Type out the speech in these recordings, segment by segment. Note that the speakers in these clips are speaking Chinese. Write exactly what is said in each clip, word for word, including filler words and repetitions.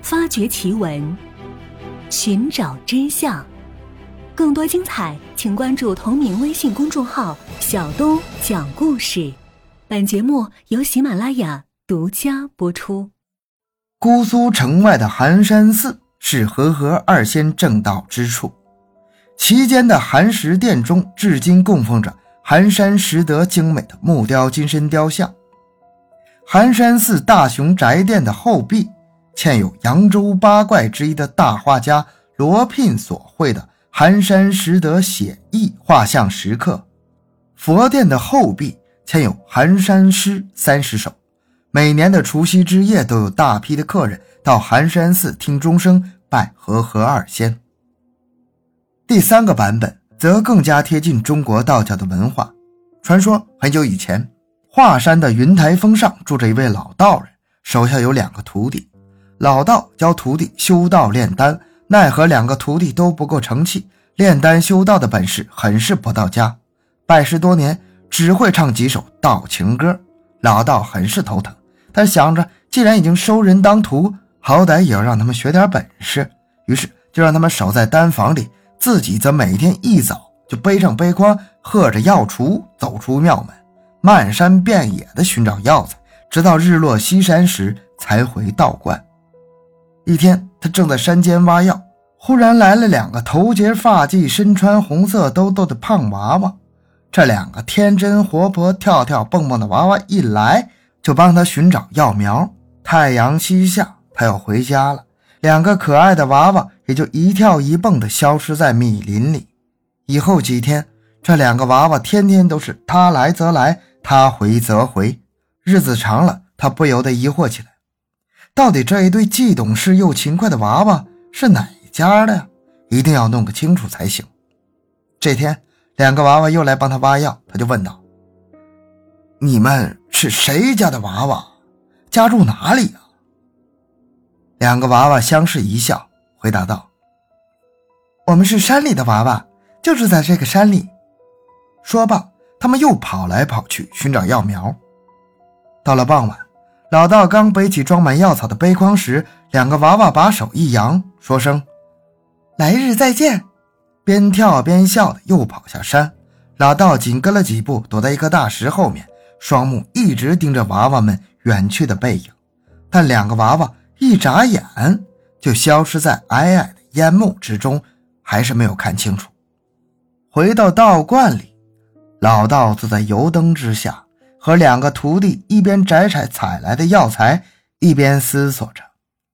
发掘奇闻，寻找真相。更多精彩，请关注同名微信公众号“小东讲故事”。本节目由喜马拉雅独家播出。 姑苏城外的寒山寺是和合二仙正道之处，其间的寒食殿中至今供奉着寒山拾得精美的木雕金身雕像。寒山寺大雄宅殿的后壁嵌有扬州八怪之一的大画家罗聘所绘的寒山拾得写意画像石刻。佛殿的后壁嵌有寒山诗三十首，每年的除夕之夜都有大批的客人到寒山寺听钟声拜和合二仙。第三个版本则更加贴近中国道教的文化。传说很久以前，华山的云台峰上住着一位老道人，手下有两个徒弟。老道教徒弟修道炼丹，奈何两个徒弟都不够成器，炼丹修道的本事很是不到家，拜师多年只会唱几首道情歌。老道很是头疼，他想着既然已经收人当徒，好歹也要让他们学点本事，于是就让他们守在丹房里，自己则每天一早就背上背筐，喝着药锄走出庙门，漫山遍野的寻找药材，直到日落西山时才回道观。一天，他正在山间挖药，忽然来了两个头结发髻、身穿红色兜兜的胖娃娃。这两个天真活泼、跳跳蹦蹦的娃娃一来就帮他寻找药苗。太阳西下，他要回家了，两个可爱的娃娃也就一跳一蹦地消失在密林里。以后几天，这两个娃娃天天都是他来则来，他回则回。日子长了，他不由得疑惑起来，到底这一对既懂事又勤快的娃娃是哪家的呀？一定要弄个清楚才行。这天，两个娃娃又来帮他挖药，他就问道：你们是谁家的娃娃？家住哪里啊？两个娃娃相视一笑，回答道：我们是山里的娃娃，就住在这个山里。说罢，他们又跑来跑去寻找药苗。到了傍晚，老道刚背起装满药草的背筐时，两个娃娃把手一扬，说声来日再见，边跳边笑的又跑下山。老道紧跟了几步，躲在一颗大石后面，双目一直盯着娃娃们远去的背影，但两个娃娃一眨眼就消失在皑皑的烟幕之中，还是没有看清楚。回到道观里，老道坐在油灯之下，和两个徒弟一边摘采采来的药材，一边思索着，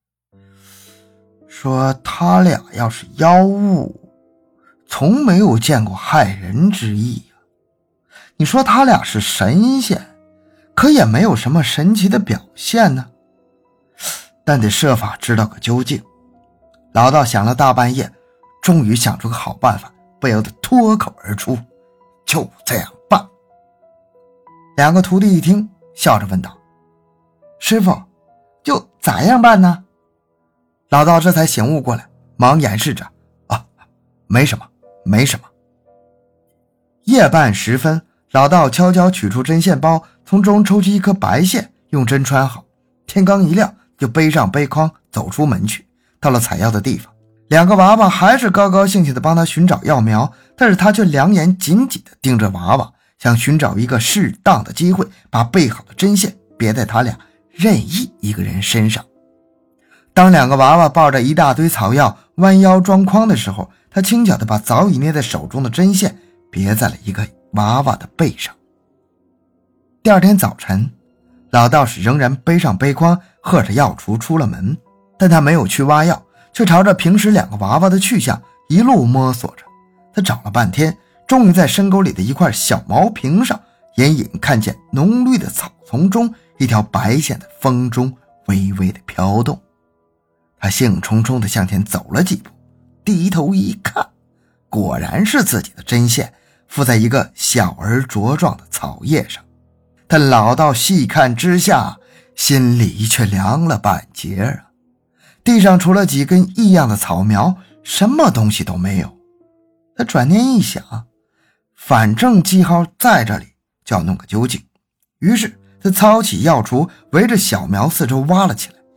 说他俩要是妖物，从没有见过害人之意啊。你说他俩是神仙，可也没有什么神奇的表现呢，但得设法知道个究竟。老道想了大半夜，终于想出个好办法，不由得脱口而出，就这样办。两个徒弟一听，笑着问道：师傅，就咋样办呢？老道这才醒悟过来，忙掩饰着：啊，没什么没什么。夜半时分，老道悄悄取出针线包，从中抽出一颗白线，用针穿好。天刚一亮，就背上背筐走出门去。到了采药的地方，两个娃娃还是高高兴兴地帮他寻找药苗，但是他却两眼紧紧地盯着娃娃，想寻找一个适当的机会，把备好的针线别在他俩任意一个人身上。当两个娃娃抱着一大堆草药弯腰装筐的时候，他轻巧地把早已捏在手中的针线别在了一个娃娃的背上。第二天早晨，老道士仍然背上背筐，喝着药锄出了门，但他没有去挖药，却朝着平时两个娃娃的去向一路摸索着。他找了半天，终于在深沟里的一块小毛坪上，隐隐看见浓绿的草丛中一条白线在风中微微的飘动。他兴冲冲地向前走了几步，低头一看，果然是自己的针线附在一个小而茁壮的草叶上。但老道细看之下，心里却凉了半截啊！地上除了几根异样的草苗，什么东西都没有。他转念一想，反正记号在这里，就要弄个究竟。于是他操起药锄，围着小苗四周挖了起来。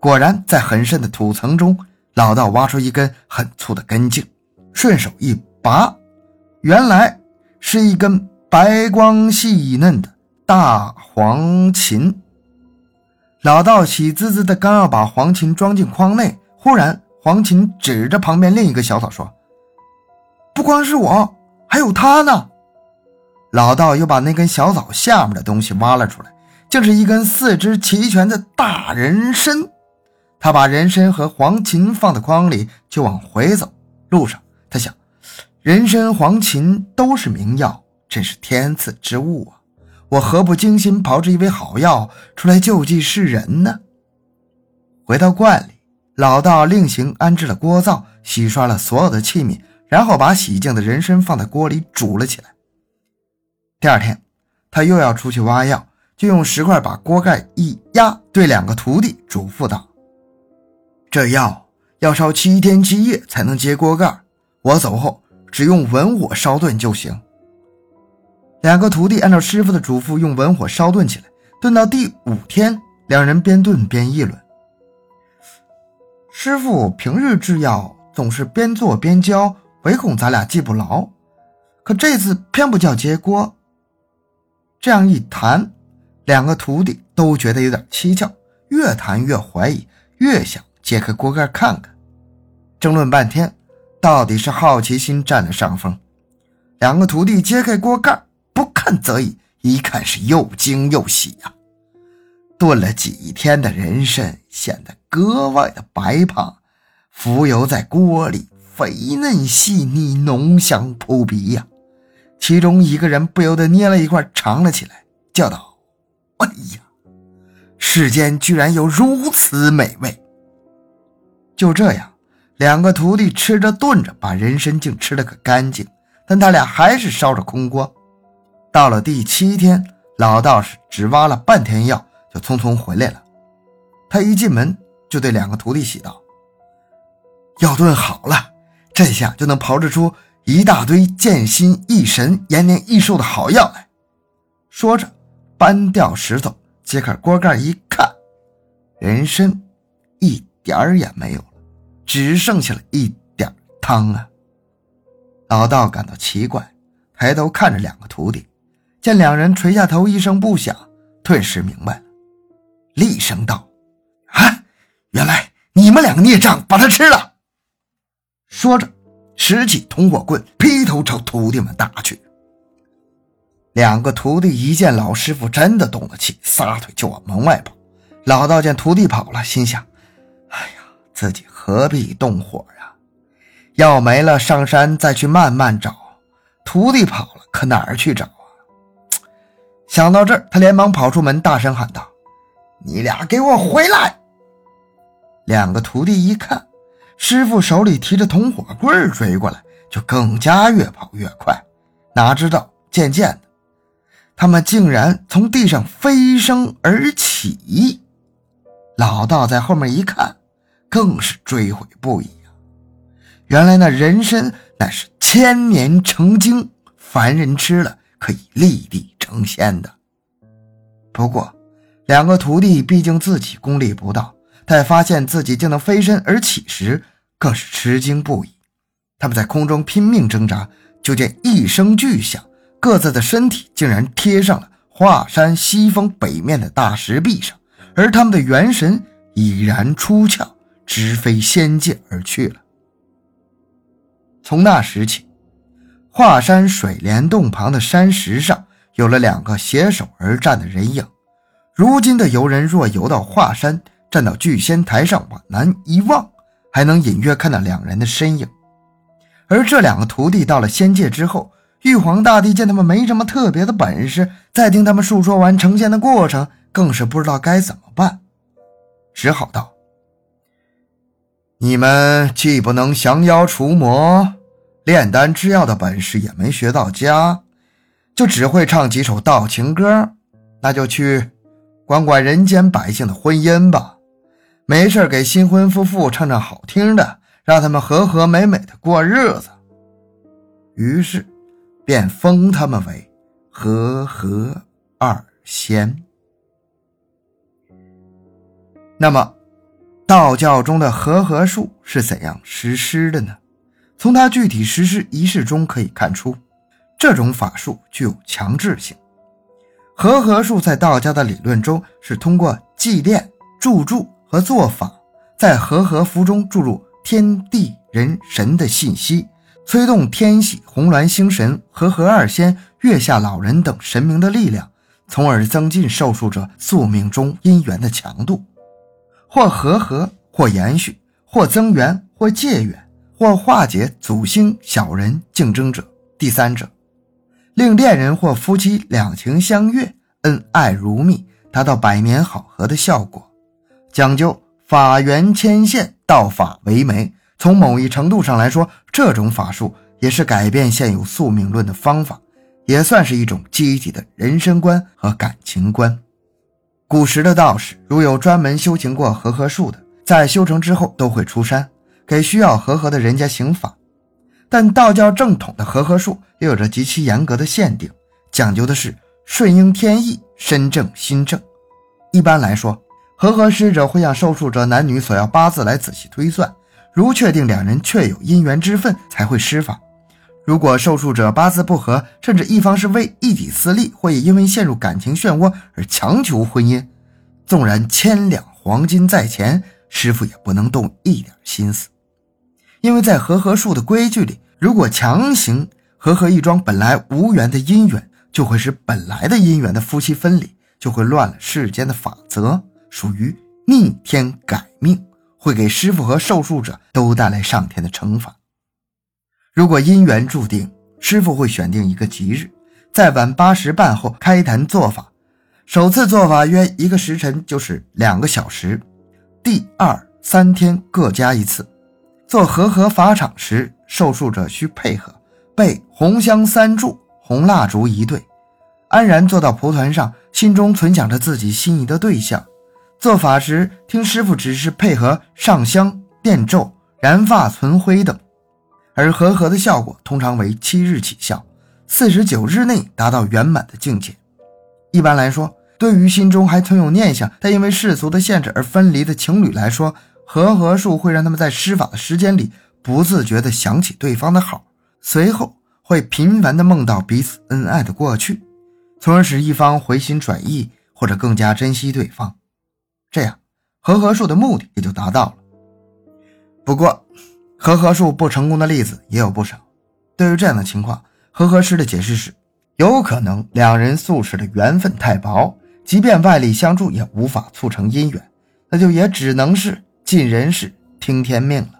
果然在很深的土层中，老道挖出一根很粗的根茎，顺手一拔，原来是一根白光细嫩的大黄芩。老道喜滋滋的刚要把黄芩装进筐内，忽然黄芩指着旁边另一个小草说：不光是我，还有他呢。老道又把那根小草下面的东西挖了出来，竟是一根四肢齐全的大人参。他把人参和黄芩放在筐里就往回走，路上他想，人参黄芩都是名药，真是天赐之物啊，我何不精心炮制一味好药出来救济世人呢？回到观里，老道另行安置了锅灶，洗刷了所有的器皿，然后把洗净的人参放在锅里煮了起来。第二天他又要出去挖药，就用石块把锅盖一压，对两个徒弟嘱咐道：这药要烧七天七夜才能揭锅盖，我走后只用文火烧炖就行。两个徒弟按照师傅的嘱咐用文火烧炖起来，炖到第五天，两人边炖边议论：师傅平日制药总是边做边教，唯恐咱俩记不牢，可这次偏不叫揭锅。这样一谈，两个徒弟都觉得有点蹊跷，越谈越怀疑，越想揭开锅盖看看。争论半天，到底是好奇心占了上风。两个徒弟揭开锅盖，不看则已，一看是又惊又喜啊！炖了几天的人参显得格外的白胖，浮游在锅里，肥嫩细腻，浓香扑鼻呀、啊。其中一个人不由得捏了一块尝了起来，叫道：哎呀，世间居然有如此美味！就这样，两个徒弟吃着炖着，把人参竟吃了个干净，但他俩还是烧着空锅。到了第七天，老道士只挖了半天药就匆匆回来了。他一进门就对两个徒弟喜道：药炖好了，这下就能炮制出一大堆健心益神延年益寿的好药来。说着搬掉石头，揭开锅盖一看，人参一点儿也没有了，只剩下了一点汤啊。老道感到奇怪，抬头看着两个徒弟，见两人垂下头一声不响，顿时明白了，厉声道：啊，原来你们两个孽障把它吃了。说着拾起铜火棍，劈头朝徒弟们打去。两个徒弟一见老师傅真的动了气，撒腿就往门外跑。老道见徒弟跑了，心想：哎呀，自己何必动火啊？药没了上山再去慢慢找，徒弟跑了可哪儿去找啊？想到这儿，他连忙跑出门，大声喊道：你俩给我回来！两个徒弟一看师傅手里提着铜火棍追过来，就更加越跑越快。哪知道渐渐的，他们竟然从地上飞升而起。老道在后面一看，更是追悔不已啊！原来那人参乃是千年成精，凡人吃了可以立地成仙的。不过两个徒弟毕竟自己功力不到，待发现自己竟能飞身而起时，更是吃惊不已。他们在空中拼命挣扎，就见一声巨响，各自的身体竟然贴上了华山西峰北面的大石壁上，而他们的元神已然出窍，直飞仙界而去了。从那时起，华山水帘洞旁的山石上有了两个携手而战的人影。如今的游人若游到华山，站到聚仙台上往南一望，还能隐约看到两人的身影。而这两个徒弟到了仙界之后，玉皇大帝见他们没什么特别的本事，再听他们述说完成仙的过程，更是不知道该怎么办，只好道：你们既不能降妖除魔，炼丹制药的本事也没学到家，就只会唱几首道情歌，那就去管管人间百姓的婚姻吧，没事给新婚夫妇唱唱好听的，让他们和和美美的过日子。于是便封他们为和合二仙。那么道教中的和合术是怎样实施的呢？从它具体实施仪式中可以看出，这种法术具有强制性。和合术在道家的理论中是通过祭炼、祝祝和做法，在和合符中注入天地人神的信息，催动天喜、红鸾星神、和合二仙、月下老人等神明的力量，从而增进受术者宿命中姻缘的强度，或和合，或延续，或增援，或借援，或化解祖星、小人、竞争者、第三者，令恋人或夫妻两情相悦，恩爱如蜜，达到百年好合的效果。讲究法源牵线，道法为媒。从某一程度上来说，这种法术也是改变现有宿命论的方法，也算是一种积极的人生观和感情观。古时的道士如有专门修行过和合术的，在修成之后都会出山，给需要和合的人家行法。但道教正统的和合术也有着极其严格的限定，讲究的是顺应天意，身正心正。一般来说，和合师者会向受术者男女所要八字来仔细推算，如确定两人确有姻缘之分才会施法。如果受术者八字不合，甚至一方是为一己私利，或也因为陷入感情漩涡而强求婚姻，纵然千两黄金在前，师傅也不能动一点心思。因为在和合术的规矩里，如果强行和合一桩本来无缘的姻缘，就会使本来的姻缘的夫妻分离，就会乱了世间的法则，属于逆天改命，会给师傅和受术者都带来上天的惩罚。如果姻缘注定，师傅会选定一个吉日，在晚八时半后开坛做法，首次做法约一个时辰，就是两个小时，第二、三天各加一次。做和合法场时，受术者需配合，备红香三柱，红蜡烛一对，安然坐到蒲团上，心中存想着自己心仪的对象。做法时听师傅指示，配合上香、念咒、燃发、存灰等。而和合的效果通常为七日起效，四十九日内达到圆满的境界。一般来说，对于心中还存有念想，但因为世俗的限制而分离的情侣来说，和合术会让他们在施法的时间里不自觉地想起对方的好，随后会频繁地梦到彼此恩爱的过去，从而使一方回心转意，或者更加珍惜对方。这样和合术的目的也就达到了。不过和合术不成功的例子也有不少。对于这样的情况，和合师的解释是，有可能两人宿世的缘分太薄，即便外力相助也无法促成姻缘，那就也只能是尽人事听天命了。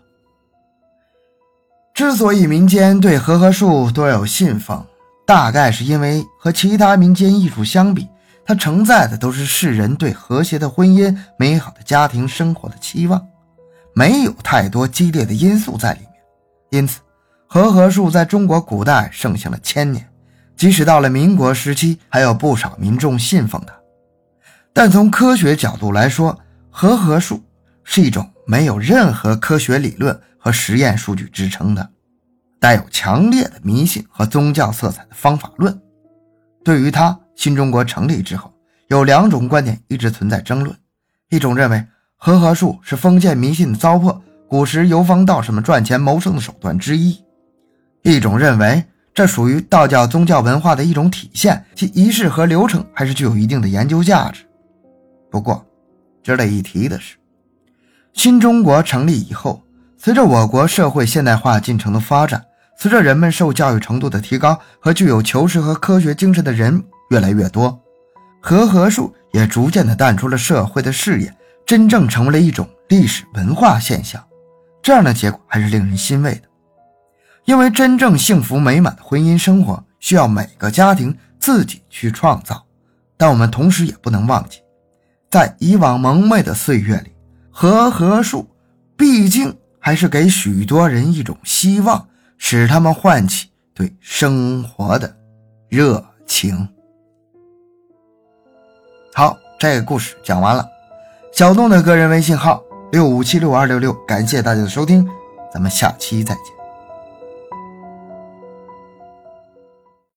之所以民间对和合术多有信奉，大概是因为和其他民间艺术相比，它承载的都是世人对和谐的婚姻、美好的家庭生活的期望，没有太多激烈的因素在里面。因此和合术在中国古代盛行了千年，即使到了民国时期，还有不少民众信奉它。但从科学角度来说，和合术是一种没有任何科学理论和实验数据支撑的，带有强烈的迷信和宗教色彩的方法论。对于它，新中国成立之后，有两种观点一直存在争论。一种认为和合术是封建迷信的糟粕，古时游方道士们赚钱谋生的手段之一。一种认为这属于道教宗教文化的一种体现，其仪式和流程还是具有一定的研究价值。不过值得一提的是，新中国成立以后，随着我国社会现代化进程的发展，随着人们受教育程度的提高和具有求是和科学精神的人越来越多，和合术也逐渐地淡出了社会的视野，真正成为了一种历史文化现象。这样的结果还是令人欣慰的，因为真正幸福美满的婚姻生活需要每个家庭自己去创造。但我们同时也不能忘记，在以往蒙昧的岁月里，和合术毕竟还是给许多人一种希望，使他们唤起对生活的热情。好，这个故事讲完了。小东的个人微信号六五七六二六六，感谢大家的收听，咱们下期再见。